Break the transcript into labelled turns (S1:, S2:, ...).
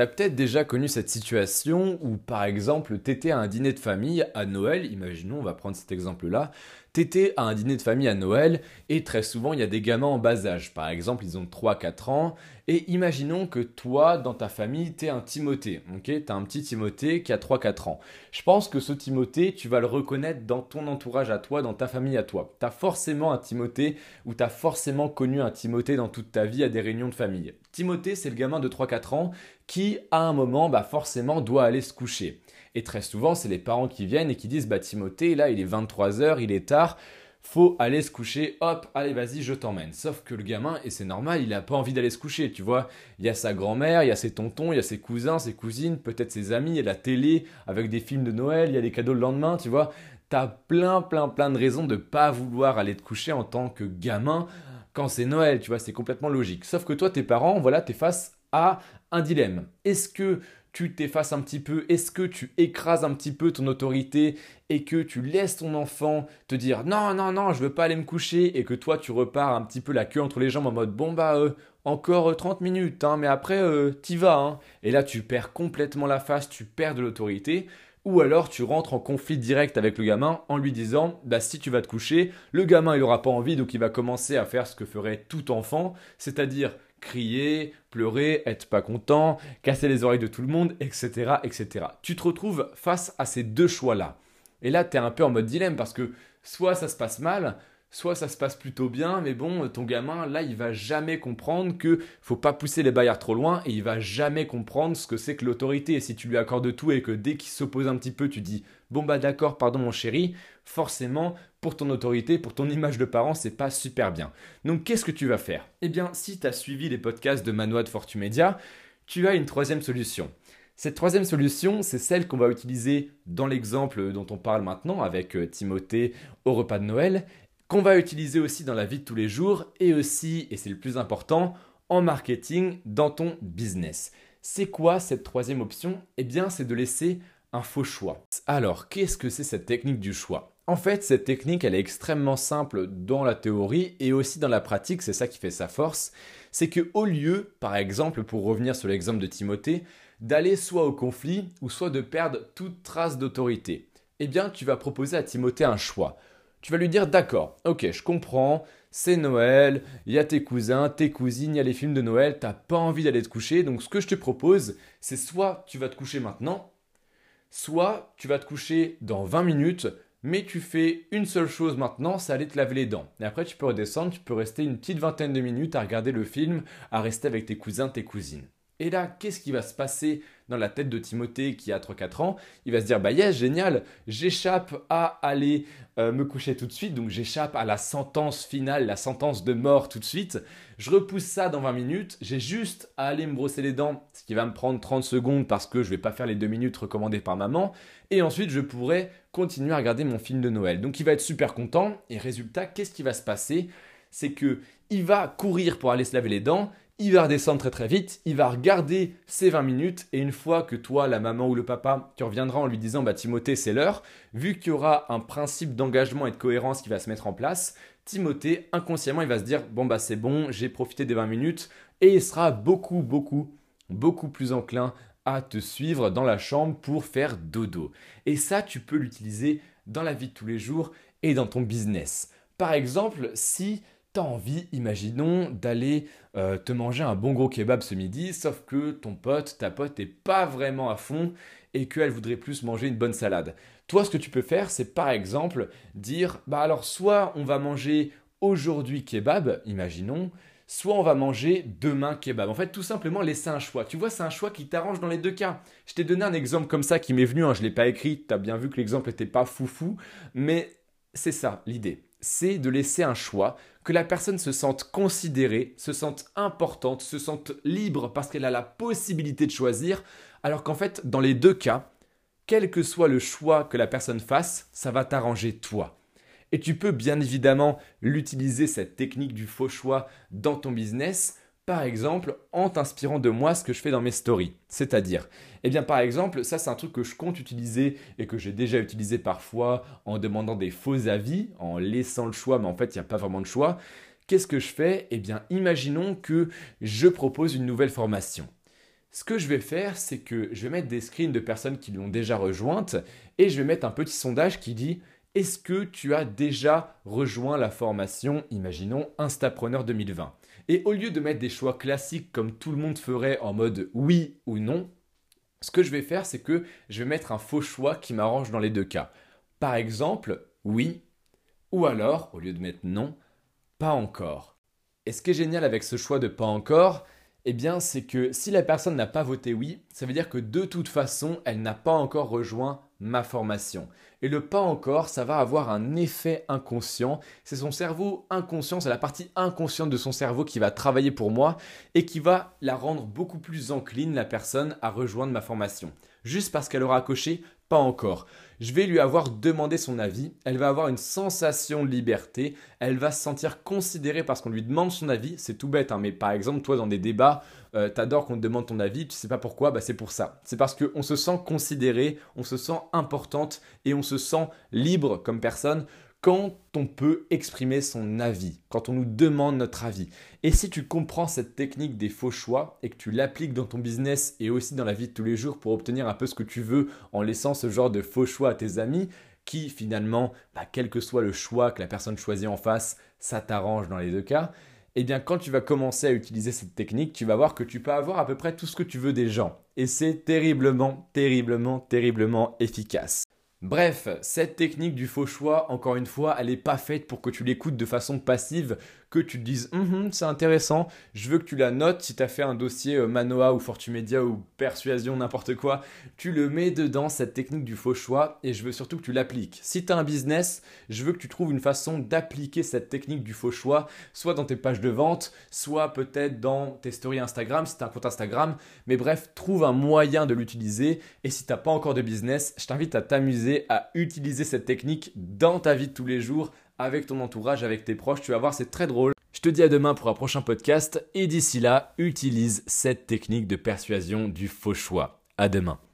S1: T'as peut-être déjà connu cette situation où, par exemple, t'étais à un dîner de famille à Noël, imaginons, on va prendre cet exemple-là, t'étais à un dîner de famille à Noël et très souvent il y a des gamins en bas âge, par exemple ils ont 3 4 ans, et imaginons que toi, dans ta famille, t'es un Timothée, ok? T'as un petit Timothée qui a 3 4 ans. Je pense que ce Timothée, tu vas le reconnaître dans ton entourage à toi, dans ta famille à toi. T'as forcément un Timothée ou t'as forcément connu un Timothée dans toute ta vie à des réunions de famille. Timothée, c'est le gamin de 3 4 ans qui, à un moment, forcément doit aller se coucher. Et très souvent, c'est les parents qui viennent et qui disent bah Timothée, là, il est 23 heures, il est tard, faut aller se coucher, hop, allez, vas-y, je t'emmène. Sauf que le gamin, et c'est normal, il n'a pas envie d'aller se coucher, tu vois. Il y a sa grand-mère, il y a ses tontons, il y a ses cousins, ses cousines, peut-être ses amis, il y a la télé avec des films de Noël, il y a les cadeaux le lendemain, tu vois. T'as plein de raisons de pas vouloir aller te coucher en tant que gamin quand c'est Noël, tu vois, c'est complètement logique. Sauf que toi, tes parents, voilà, t'es face à un dilemme. Est-ce que tu t'effaces un petit peu, est-ce que tu écrases un petit peu ton autorité et que tu laisses ton enfant te dire non, non, non, je veux pas aller me coucher et que toi tu repars un petit peu la queue entre les jambes en mode bon encore 30 minutes, hein, mais après t'y vas. Hein. Et là tu perds complètement la face, tu perds de l'autorité. Ou alors tu rentres en conflit direct avec le gamin en lui disant bah si tu vas te coucher, le gamin il aura pas envie donc il va commencer à faire ce que ferait tout enfant, c'est-à-dire crier, pleurer, être pas content, casser les oreilles de tout le monde, etc., etc. Tu te retrouves face à ces deux choix-là. Et là, tu es un peu en mode dilemme parce que soit ça se passe mal, soit ça se passe plutôt bien, mais bon, ton gamin, là, il va jamais comprendre que faut pas pousser les baillards trop loin et il va jamais comprendre ce que c'est que l'autorité. Et si tu lui accordes tout et que dès qu'il s'oppose un petit peu, tu dis bon bah d'accord, pardon mon chéri, forcément, pour ton autorité, pour ton image de parent, c'est pas super bien. Donc qu'est-ce que tu vas faire? Eh bien, si tu as suivi les podcasts de Manoa de Fortumedia, tu as une troisième solution. Cette troisième solution, c'est celle qu'on va utiliser dans l'exemple dont on parle maintenant avec Timothée au repas de Noël, qu'on va utiliser aussi dans la vie de tous les jours et aussi, et c'est le plus important, en marketing dans ton business. C'est quoi cette troisième option? Eh bien, c'est de laisser un faux choix. Alors, qu'est-ce que c'est cette technique du choix? En fait, cette technique, elle est extrêmement simple dans la théorie et aussi dans la pratique, c'est ça qui fait sa force. C'est que au lieu, par exemple, pour revenir sur l'exemple de Timothée, d'aller soit au conflit ou soit de perdre toute trace d'autorité, eh bien, tu vas proposer à Timothée un choix. Tu vas lui dire d'accord, ok, je comprends, c'est Noël, il y a tes cousins, tes cousines, il y a les films de Noël, t'as pas envie d'aller te coucher, donc ce que je te propose, c'est soit tu vas te coucher maintenant, soit tu vas te coucher dans 20 minutes, mais tu fais une seule chose maintenant, c'est aller te laver les dents. Et après, tu peux redescendre, tu peux rester une petite vingtaine de minutes à regarder le film, à rester avec tes cousins, tes cousines. Et là, qu'est-ce qui va se passer dans la tête de Timothée qui a 3 4 ans? Il va se dire, bah yes, génial, j'échappe à aller me coucher tout de suite, donc j'échappe à la sentence finale, la sentence de mort tout de suite. Je repousse ça dans 20 minutes, j'ai juste à aller me brosser les dents, ce qui va me prendre 30 secondes parce que je ne vais pas faire les 2 minutes recommandées par maman, et ensuite je pourrai continuer à regarder mon film de Noël. Donc il va être super content, et résultat, qu'est-ce qui va se passer? C'est que il va courir pour aller se laver les dents, il va redescendre très très vite, il va regarder ses 20 minutes et une fois que toi, la maman ou le papa, tu reviendras en lui disant bah Timothée c'est l'heure, vu qu'il y aura un principe d'engagement et de cohérence qui va se mettre en place, Timothée inconsciemment il va se dire bon bah c'est bon, j'ai profité des 20 minutes et il sera beaucoup plus enclin à te suivre dans la chambre pour faire dodo. Et ça tu peux l'utiliser dans la vie de tous les jours et dans ton business. Par exemple, si t'as envie, imaginons, d'aller te manger un bon gros kebab ce midi, sauf que ta pote n'est pas vraiment à fond et qu'elle voudrait plus manger une bonne salade. Toi, ce que tu peux faire, c'est par exemple dire, bah alors soit on va manger aujourd'hui kebab, imaginons, soit on va manger demain kebab. En fait, tout simplement laisser un choix. Tu vois, c'est un choix qui t'arrange dans les deux cas. Je t'ai donné un exemple comme ça qui m'est venu, hein, je ne l'ai pas écrit, tu as bien vu que l'exemple n'était pas foufou, mais c'est ça l'idée. C'est de laisser un choix, que la personne se sente considérée, se sente importante, se sente libre parce qu'elle a la possibilité de choisir, alors qu'en fait, dans les deux cas, quel que soit le choix que la personne fasse, ça va t'arranger toi. Et tu peux bien évidemment l'utiliser, cette technique du faux choix, dans ton business, par exemple en t'inspirant de moi ce que je fais dans mes stories. C'est-à-dire, eh bien par exemple, ça c'est un truc que je compte utiliser et que j'ai déjà utilisé parfois en demandant des faux avis, en laissant le choix, mais en fait il n'y a pas vraiment de choix. Qu'est-ce que je fais? Eh bien imaginons que je propose une nouvelle formation. Ce que je vais faire, c'est que je vais mettre des screens de personnes qui l'ont déjà rejointe et je vais mettre un petit sondage qui dit est-ce que tu as déjà rejoint la formation, imaginons, Instapreneur 2020? Et au lieu de mettre des choix classiques comme tout le monde ferait en mode oui ou non, ce que je vais faire, c'est que je vais mettre un faux choix qui m'arrange dans les deux cas. Par exemple, oui, ou alors, au lieu de mettre non, pas encore. Et ce qui est génial avec ce choix de pas encore, eh bien, c'est que si la personne n'a pas voté oui, ça veut dire que de toute façon, elle n'a pas encore rejoint ma formation. Et le pas encore, ça va avoir un effet inconscient. C'est son cerveau inconscient, c'est la partie inconsciente de son cerveau qui va travailler pour moi et qui va la rendre beaucoup plus encline, la personne, à rejoindre ma formation. Juste parce qu'elle aura coché pas encore. Je vais lui avoir demandé son avis, elle va avoir une sensation de liberté, elle va se sentir considérée parce qu'on lui demande son avis, c'est tout bête, hein, mais par exemple, toi dans des débats, t'adores qu'on te demande ton avis, tu sais pas pourquoi, bah c'est pour ça. C'est parce qu'on se sent considéré, on se sent importante et on se sent libre comme personne quand on peut exprimer son avis, quand on nous demande notre avis. Et si tu comprends cette technique des faux choix et que tu l'appliques dans ton business et aussi dans la vie de tous les jours pour obtenir un peu ce que tu veux en laissant ce genre de faux choix à tes amis, qui finalement, quel que soit le choix que la personne choisit en face, ça t'arrange dans les deux cas, eh bien quand tu vas commencer à utiliser cette technique, tu vas voir que tu peux avoir à peu près tout ce que tu veux des gens. Et c'est terriblement, terriblement, terriblement efficace. Bref, cette technique du faux choix, encore une fois, elle n'est pas faite pour que tu l'écoutes de façon passive, que tu te dises c'est intéressant, je veux que tu la notes. Si tu as fait un dossier Manoa ou Fortumedia ou Persuasion, n'importe quoi, tu le mets dedans, cette technique du faux choix, et je veux surtout que tu l'appliques. Si tu as un business, je veux que tu trouves une façon d'appliquer cette technique du faux choix, soit dans tes pages de vente, soit peut-être dans tes stories Instagram, si tu as un compte Instagram, mais bref, trouve un moyen de l'utiliser. Et si tu n'as pas encore de business, je t'invite à t'amuser à utiliser cette technique dans ta vie de tous les jours, avec ton entourage, avec tes proches. Tu vas voir, c'est très drôle. Je te dis à demain pour un prochain podcast et d'ici là, utilise cette technique de persuasion du faux choix. À demain.